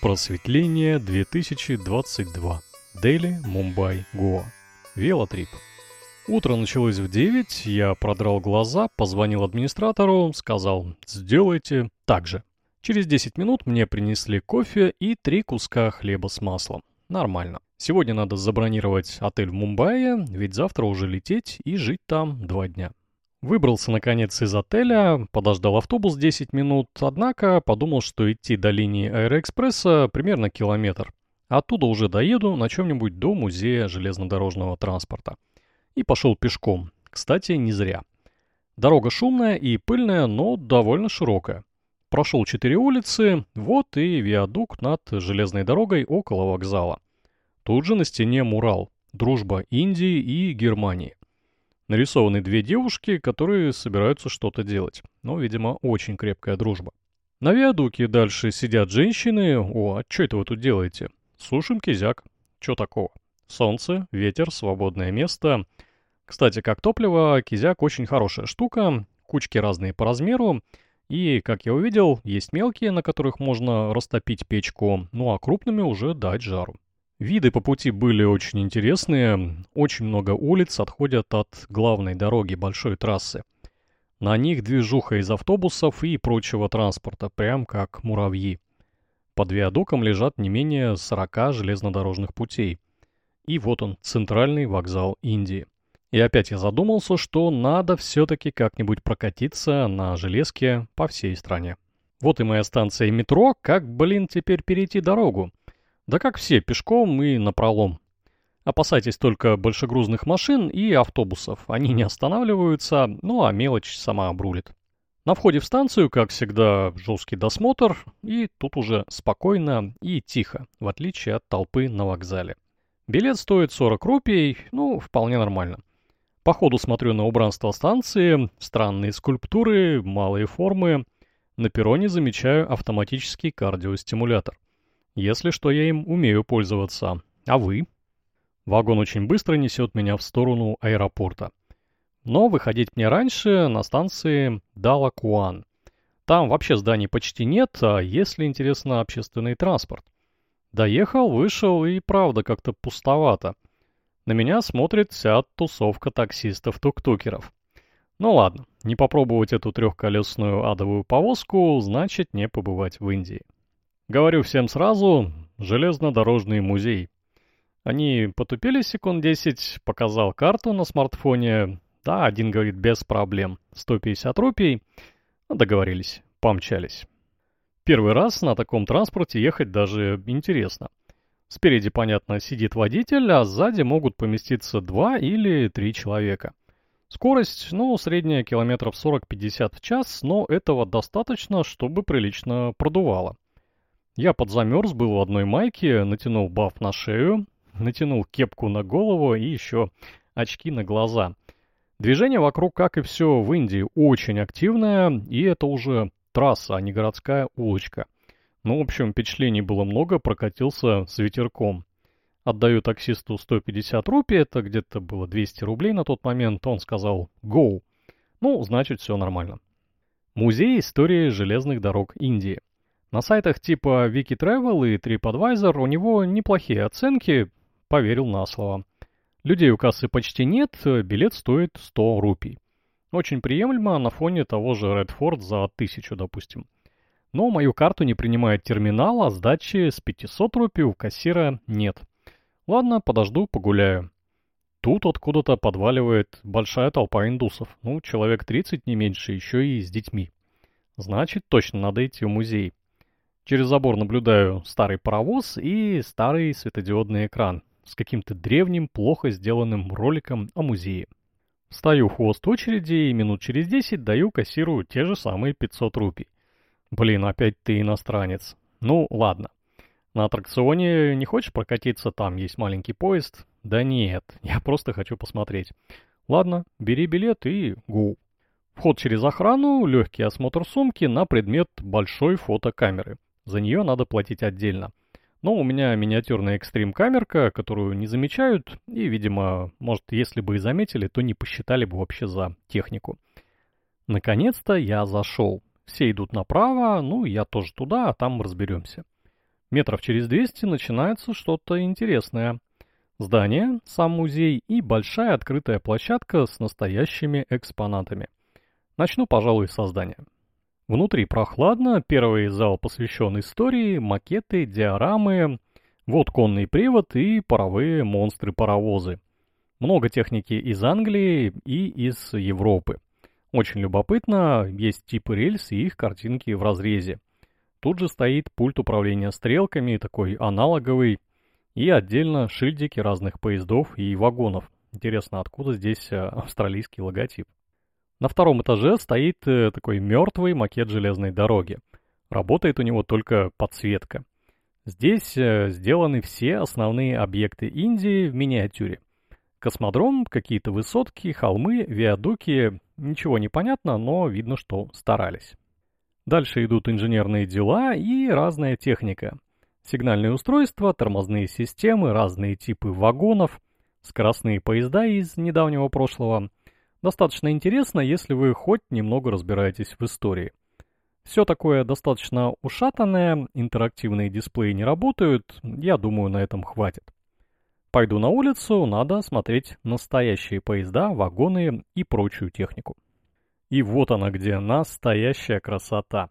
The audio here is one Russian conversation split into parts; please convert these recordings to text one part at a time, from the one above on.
Просветление 2022. Дели, Мумбай, Гоа. Велотрип. Утро началось в 9, я продрал глаза, позвонил администратору, сказал «сделайте так же». Через 10 минут мне принесли кофе и 3 куска хлеба с маслом. Нормально. Сегодня надо забронировать отель в Мумбаи, ведь завтра уже лететь и жить там 2 дня. Выбрался, наконец, из отеля, подождал автобус 10 минут, однако подумал, что идти до линии Аэроэкспресса примерно километр. Оттуда уже доеду на чем-нибудь до музея железнодорожного транспорта. И пошел пешком. Кстати, не зря. Дорога шумная и пыльная, но довольно широкая. Прошел 4 улицы, вот и виадук над железной дорогой около вокзала. Тут же на стене мурал «Дружба Индии и Германии». Нарисованы 2 девушки, которые собираются что-то делать. Но, видимо, очень крепкая дружба. На виадуке дальше сидят женщины. О, а что это вы тут делаете? Сушим кизяк. Чё такого? Солнце, ветер, свободное место. Кстати, как топливо, кизяк очень хорошая штука. Кучки разные по размеру. И, как я увидел, есть мелкие, на которых можно растопить печку. Ну а крупными уже дать жару. Виды по пути были очень интересные. Очень много улиц отходят от главной дороги большой трассы. На них движуха из автобусов и прочего транспорта, прям как муравьи. Под виадуком лежат не менее 40 железнодорожных путей. И вот он, центральный вокзал Индии. И опять я задумался, что надо все-таки как-нибудь прокатиться на железке по всей стране. Вот и моя станция метро. Как, блин, теперь перейти дорогу? Да как все, пешком и напролом. Опасайтесь только большегрузных машин и автобусов. Они не останавливаются, ну а мелочь сама обрулит. На входе в станцию, как всегда, жесткий досмотр, и тут уже спокойно и тихо, в отличие от толпы на вокзале. Билет стоит 40 рупий, ну, вполне нормально. По ходу смотрю на убранство станции, странные скульптуры, малые формы. На перроне замечаю автоматический кардиостимулятор. Если что, я им умею пользоваться. А вы? Вагон очень быстро несет меня в сторону аэропорта. Но выходить мне раньше на станции Далакуан. Там вообще зданий почти нет, а если, интересно, общественный транспорт. Доехал, вышел и правда как-то пустовато. На меня смотрит вся тусовка таксистов-тук-тукеров. Ну ладно, не попробовать эту трехколесную адовую повозку, значит не побывать в Индии. Говорю всем сразу, железнодорожный музей. Они потупили секунд 10, показал карту на смартфоне. Да, один говорит без проблем, 150 рупий. Договорились, помчались. Первый раз на таком транспорте ехать даже интересно. Спереди, понятно, сидит водитель, а сзади могут поместиться 2 или 3 человека. Скорость, ну, средняя километров 40-50 в час, но этого достаточно, чтобы прилично продувало. Я подзамерз, был в одной майке, натянул баф на шею, натянул кепку на голову и еще очки на глаза. Движение вокруг, как и все в Индии, очень активное, и это уже трасса, а не городская улочка. Ну, в общем, впечатлений было много, прокатился с ветерком. Отдаю таксисту 150 рупий, это где-то было 200 рублей на тот момент, он сказал «Go». Ну, значит, все нормально. Музей истории железных дорог Индии. На сайтах типа Wikitravel и TripAdvisor у него неплохие оценки, поверил на слово. Людей у кассы почти нет, билет стоит 100 рупий. Очень приемлемо на фоне того же Red за 1000, допустим. Но мою карту не принимает терминал, а сдачи с 500 рупий у кассира нет. Ладно, подожду, погуляю. Тут откуда-то подваливает большая толпа индусов. Ну, человек 30 не меньше, еще и с детьми. Значит, точно надо идти в музей. Через забор наблюдаю старый паровоз и старый светодиодный экран с каким-то древним, плохо сделанным роликом о музее. Стою в хвост очереди и минут через 10 даю кассиру те же самые 500 рупий. Блин, опять ты иностранец. Ну, ладно. На аттракционе не хочешь прокатиться, там есть маленький поезд? Да нет, я просто хочу посмотреть. Ладно, бери билет и гу. Вход через охрану, легкий осмотр сумки на предмет большой фотокамеры. За нее надо платить отдельно. Но у меня миниатюрная экстрим-камерка, которую не замечают, и, видимо, может, если бы и заметили, то не посчитали бы вообще за технику. Наконец-то я зашел. Все идут направо, ну, я тоже туда, а там разберемся. Метров через 200 начинается что-то интересное. Здание, сам музей и большая открытая площадка с настоящими экспонатами. Начну, пожалуй, со здания. Внутри прохладно, первый зал посвящен истории, макеты, диорамы, вот конный привод и паровые монстры-паровозы. Много техники из Англии и из Европы. Очень любопытно, есть типы рельс и их картинки в разрезе. Тут же стоит пульт управления стрелками, такой аналоговый, и отдельно шильдики разных поездов и вагонов. Интересно, откуда здесь австралийский логотип? На втором этаже стоит такой мертвый макет железной дороги. Работает у него только подсветка. Здесь сделаны все основные объекты Индии в миниатюре. Космодром, какие-то высотки, холмы, виадуки. Ничего не понятно, но видно, что старались. Дальше идут инженерные дела и разная техника. Сигнальные устройства, тормозные системы, разные типы вагонов, скоростные поезда из недавнего прошлого. Достаточно интересно, если вы хоть немного разбираетесь в истории. Все такое достаточно ушатанное, интерактивные дисплеи не работают, я думаю, на этом хватит. Пойду на улицу, надо смотреть настоящие поезда, вагоны и прочую технику. И вот она где, настоящая красота.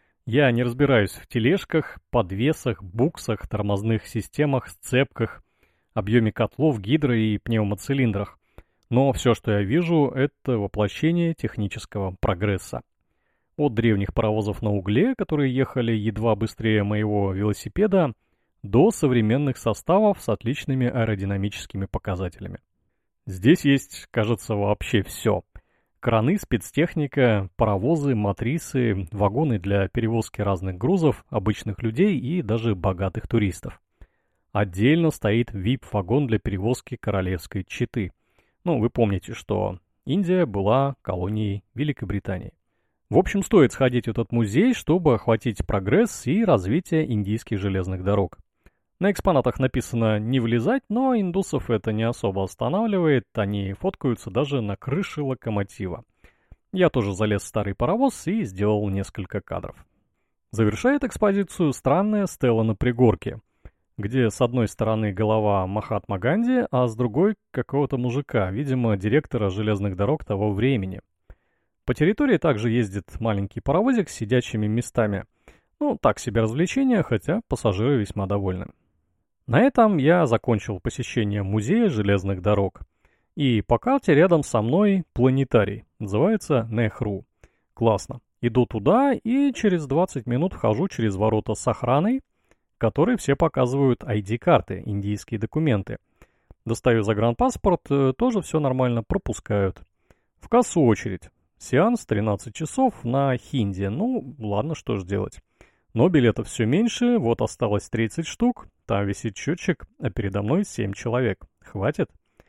Я не разбираюсь в тележках, подвесах, буксах, тормозных системах, сцепках, объеме котлов, гидро и пневмоцилиндрах. Но все, что я вижу, это воплощение технического прогресса. От древних паровозов на угле, которые ехали едва быстрее моего велосипеда, до современных составов с отличными аэродинамическими показателями. Здесь есть, кажется, вообще все. Краны, спецтехника, паровозы, матрицы, вагоны для перевозки разных грузов, обычных людей и даже богатых туристов. Отдельно стоит VIP-вагон для перевозки королевской четы. Ну, вы помните, что Индия была колонией Великобритании. В общем, стоит сходить в этот музей, чтобы охватить прогресс и развитие индийских железных дорог. На экспонатах написано «не влезать», но индусов это не особо останавливает, они фоткаются даже на крыше локомотива. Я тоже залез в старый паровоз и сделал несколько кадров. Завершает экспозицию странная стела на пригорке, где с одной стороны голова Махатма Ганди, а с другой какого-то мужика, видимо, директора железных дорог того времени. По территории также ездит маленький паровозик с сидячими местами. Ну, так себе развлечение, хотя пассажиры весьма довольны. На этом я закончил посещение музея железных дорог. И по карте рядом со мной планетарий, называется Нехру. Классно. Иду туда и через 20 минут вхожу через ворота с охраной, которые все показывают ID-карты, индийские документы. Достаю загранпаспорт, тоже все нормально, пропускают. В кассу очередь. Сеанс 13 часов на хинди. Ну, ладно, что ж делать. Но билетов все меньше, вот осталось 30 штук, там висит счетчик, а передо мной 7 человек. Хватит?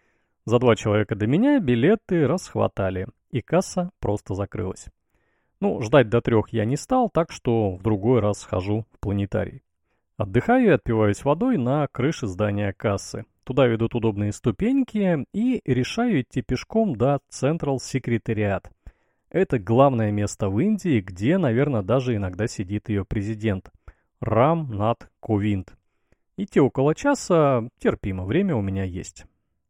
За 2 человека до меня билеты расхватали, и касса просто закрылась. Ну, ждать до 3 я не стал, так что в другой раз схожу в планетарий. Отдыхаю и отпиваюсь водой на крыше здания кассы. Туда ведут удобные ступеньки и решаю идти пешком до Central Secretariat. Это главное место в Индии, где, наверное, даже иногда сидит ее президент Рам Нат Ковинд. Идти около часа терпимо, время у меня есть.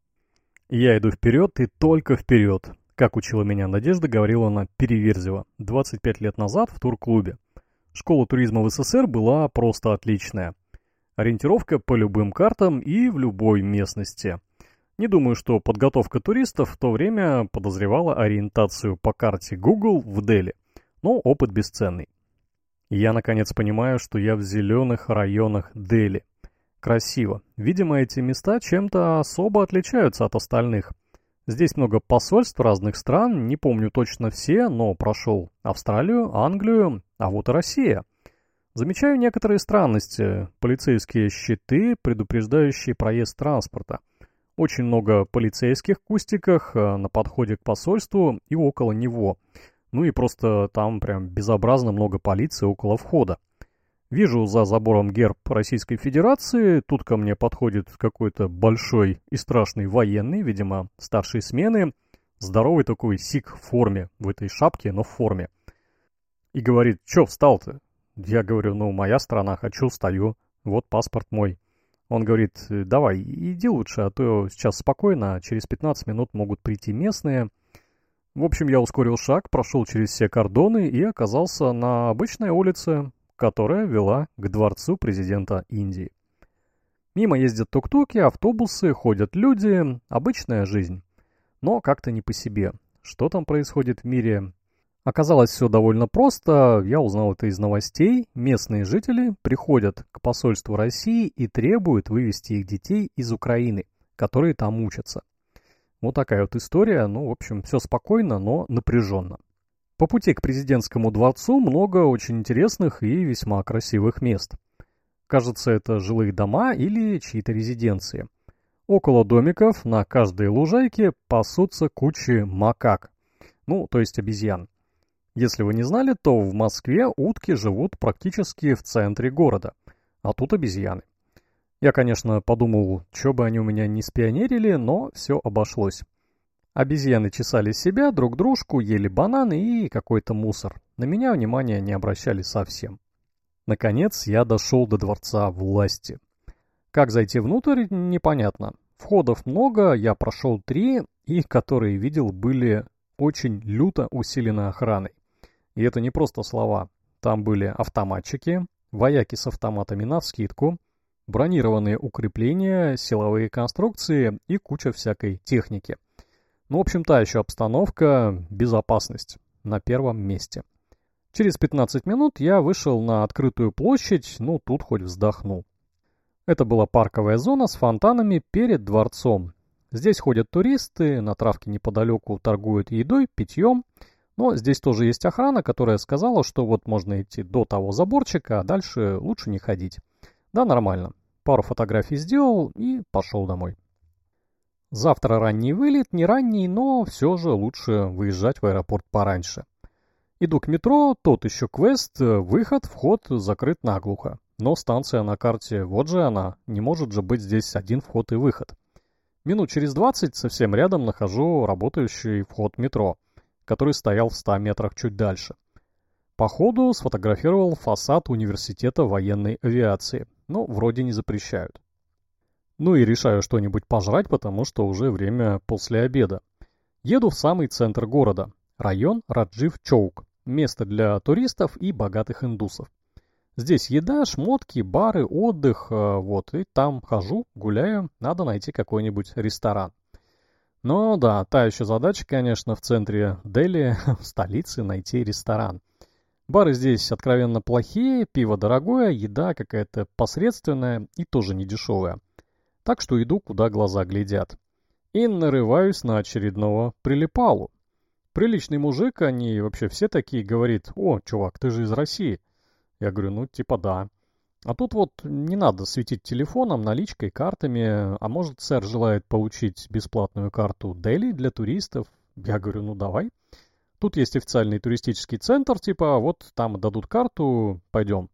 Я иду вперед и только вперед. Как учила меня Надежда Гавриловна Переверзева 25 лет назад в турклубе. Школа туризма в СССР была просто отличная. Ориентировка по любым картам и в любой местности. Не думаю, что подготовка туристов в то время подозревала ориентацию по карте Google в Дели, но опыт бесценный. Я наконец понимаю, что я в зеленых районах Дели. Красиво. Видимо, эти места чем-то особо отличаются от остальных. Здесь много посольств разных стран, не помню точно все, но прошел Австралию, Англию, а вот и Россия. Замечаю некоторые странности. Полицейские щиты, предупреждающие проезд транспорта. Очень много полицейских в кустиках на подходе к посольству и около него. Ну и просто там прям безобразно много полиции около входа. Вижу за забором герб Российской Федерации, тут ко мне подходит какой-то большой и страшный военный, видимо, старшей смены, здоровый такой сик в форме, в этой шапке, но в форме. И говорит: «Чё встал-то?» Я говорю: «Ну, моя страна, хочу, стою». вот паспорт мой. Он говорит, давай, иди лучше, а то сейчас спокойно, а через 15 минут могут прийти местные. В общем, я ускорил шаг, прошел через все кордоны и оказался на обычной улице, которая вела к дворцу президента Индии. Мимо ездят тук-туки, автобусы, ходят люди, обычная жизнь. Но как-то не по себе. Что там происходит в мире? Оказалось все довольно просто, я узнал это из новостей. Местные жители приходят к посольству России и требуют вывести их детей из Украины, которые там учатся. Вот такая вот история, в общем, все спокойно, но напряженно. По пути к президентскому дворцу много очень интересных и весьма красивых мест. Кажется, это жилые дома или чьи-то резиденции. Около домиков на каждой лужайке пасутся кучи макак, то есть обезьян. Если вы не знали, то в Москве утки живут практически в центре города, а тут обезьяны. Я, конечно, подумал, что бы они у меня не спионерили, но все обошлось. Обезьяны чесали себя, друг дружку, ели бананы и какой-то мусор. На меня внимания не обращали совсем. Наконец, я дошел до дворца власти. Как зайти внутрь, непонятно. Входов много, я прошел 3, и которые видел, были очень люто усилены охраной. И это не просто слова. Там были автоматчики, вояки с автоматами навскидку, бронированные укрепления, силовые конструкции и куча всякой техники. В общем, та еще обстановка, безопасность на первом месте. Через 15 минут я вышел на открытую площадь, тут хоть вздохну. Это была парковая зона с фонтанами перед дворцом. Здесь ходят туристы, на травке неподалеку торгуют едой, питьем. Но здесь тоже есть охрана, которая сказала, что вот можно идти до того заборчика, а дальше лучше не ходить. Да, нормально. Пару фотографий сделал и пошел домой. Завтра ранний вылет, не ранний, но все же лучше выезжать в аэропорт пораньше. Иду к метро, тот еще квест, выход, вход закрыт наглухо. Но станция на карте, вот же она, не может же быть здесь один вход и выход. Минут через 20 совсем рядом нахожу работающий вход метро, который стоял в 100 метрах чуть дальше. По ходу сфотографировал фасад университета военной авиации. Вроде не запрещают. И решаю что-нибудь пожрать, потому что уже время после обеда. Еду в самый центр города, район Раджив-Чоук, место для туристов и богатых индусов. Здесь еда, шмотки, бары, отдых, и там хожу, гуляю, надо найти какой-нибудь ресторан. Но да, та еще задача, конечно, в центре Дели, в столице, найти ресторан. Бары здесь откровенно плохие, пиво дорогое, еда какая-то посредственная и тоже не дешевая. Так что иду, куда глаза глядят. И нарываюсь на очередного прилипалу. Приличный мужик, они вообще все такие, говорит: «О, чувак, ты же из России». Я говорю, да. А тут вот не надо светить телефоном, наличкой, картами. А может, сэр желает получить бесплатную карту Дели для туристов? Я говорю, давай. Тут есть официальный туристический центр, вот там дадут карту, пойдем.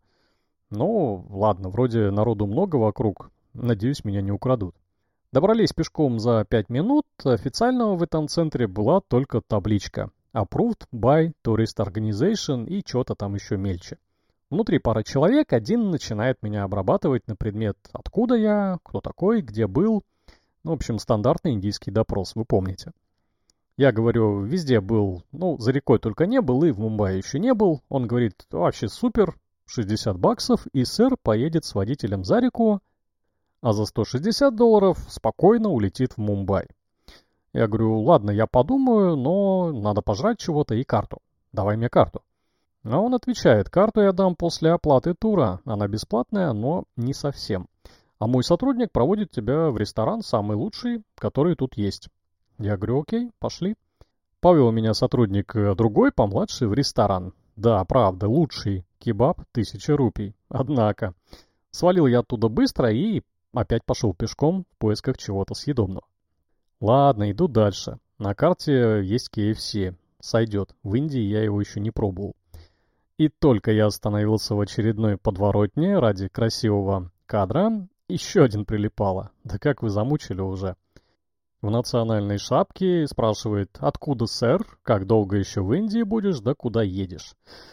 Ладно, вроде народу много вокруг, надеюсь, меня не украдут. Добрались пешком за 5 минут, официально в этом центре была только табличка «Approved by Tourist Organization» и что-то там еще мельче. Внутри пара человек, один начинает меня обрабатывать на предмет «Откуда я?», «Кто такой?», «Где был?». В общем, стандартный индийский допрос, вы помните. Я говорю, везде был, за рекой только не был и в Мумбаи еще не был. Он говорит, вообще супер, $60, и сэр поедет с водителем за реку, а за $160 спокойно улетит в Мумбай. Я говорю, ладно, я подумаю, но надо пожрать чего-то и карту. Давай мне карту. А он отвечает, карту я дам после оплаты тура. Она бесплатная, но не совсем. А мой сотрудник проводит тебя в ресторан, самый лучший, который тут есть. Я говорю, окей, пошли. Повел меня сотрудник другой, помладший, в ресторан. Да, правда, лучший. Кебаб 1000 рупий. Однако. Свалил я оттуда быстро и опять пошел пешком в поисках чего-то съедобного. Ладно, иду дальше. На карте есть KFC. Сойдет. В Индии я его еще не пробовал. И только я остановился в очередной подворотне ради красивого кадра, еще один прилипало. Да как вы замучили уже. В национальной шапке спрашивает, откуда, сэр, как долго еще в Индии будешь, да куда едешь.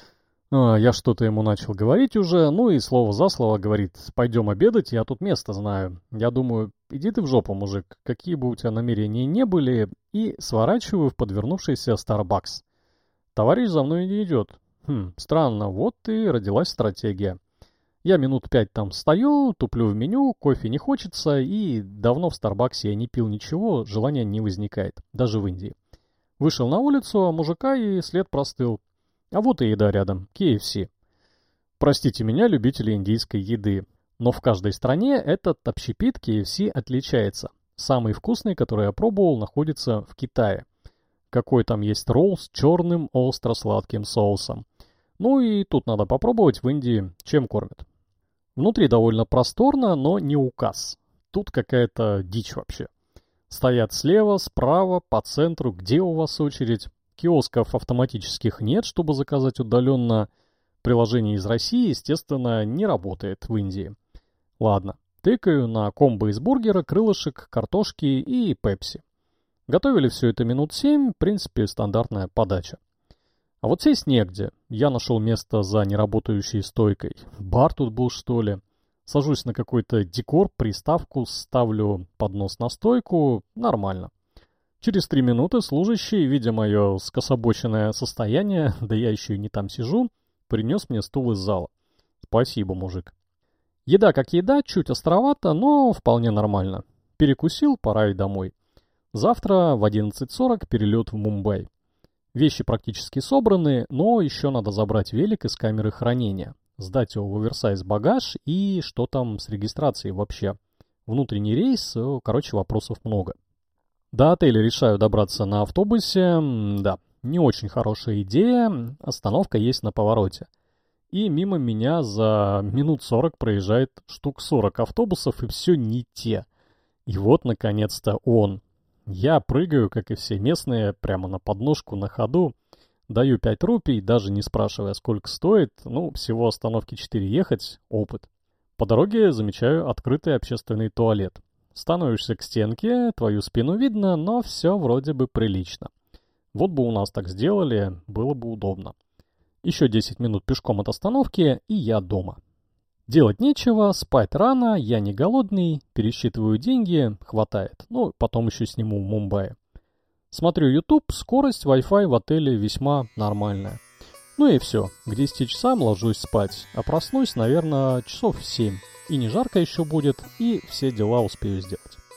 Я что-то ему начал говорить уже, ну и слово за слово говорит: пойдем обедать, я тут место знаю. Я думаю, иди ты в жопу, мужик, какие бы у тебя намерения не были, и сворачиваю в подвернувшийся Starbucks. Товарищ за мной не идет. Странно, вот и родилась стратегия. Я минут 5 там стою, туплю в меню, кофе не хочется, и давно в Старбаксе я не пил ничего, желания не возникает, даже в Индии. Вышел на улицу, а мужика и след простыл. А вот и еда рядом, KFC. Простите меня, любители индийской еды, но в каждой стране этот общепит KFC отличается. Самый вкусный, который я пробовал, находится в Китае. Какой там есть ролл с черным остро-сладким соусом. Ну и тут надо попробовать в Индии, чем кормят. Внутри довольно просторно, но не указ. Тут какая-то дичь вообще. Стоят слева, справа, по центру, где у вас очередь. Киосков автоматических нет, чтобы заказать удаленно. Приложение из России, естественно, не работает в Индии. Ладно, тыкаю на комбо из бургера, крылышек, картошки и пепси. Готовили все это минут 7, в принципе, стандартная подача. А вот сесть негде. Я нашел место за неработающей стойкой. Бар тут был, что ли? Сажусь на какой-то декор, приставку, ставлю поднос на стойку. Нормально. Через 3 минуты служащий, видя мое скособоченное состояние, да я еще и не там сижу, принес мне стул из зала. Спасибо, мужик. Еда как еда, чуть островато, но вполне нормально. Перекусил, пора и домой. Завтра в 11:40 перелет в Мумбай. Вещи практически собраны, но еще надо забрать велик из камеры хранения, сдать его в оверсайз багаж и что там с регистрацией вообще. Внутренний рейс, короче, вопросов много. До отеля решаю добраться на автобусе. Да, не очень хорошая идея. Остановка есть на повороте. И мимо меня за минут 40 проезжает штук 40 автобусов, и все не те. И вот, наконец-то, он. Я прыгаю, как и все местные, прямо на подножку, на ходу. Даю 5 рупий, даже не спрашивая, сколько стоит. Ну, всего остановки 4 ехать, опыт. По дороге замечаю открытый общественный туалет. Становишься к стенке, твою спину видно, но все вроде бы прилично. Вот бы у нас так сделали, было бы удобно. Еще 10 минут пешком от остановки, и я дома. Делать нечего, спать рано, я не голодный, пересчитываю деньги, хватает. Ну, потом еще сниму в Мумбаи. Смотрю YouTube, скорость Wi-Fi в отеле весьма нормальная. Ну и все, к 10 часам ложусь спать, а проснусь, наверное, часов в 7. И не жарко еще будет, и все дела успею сделать.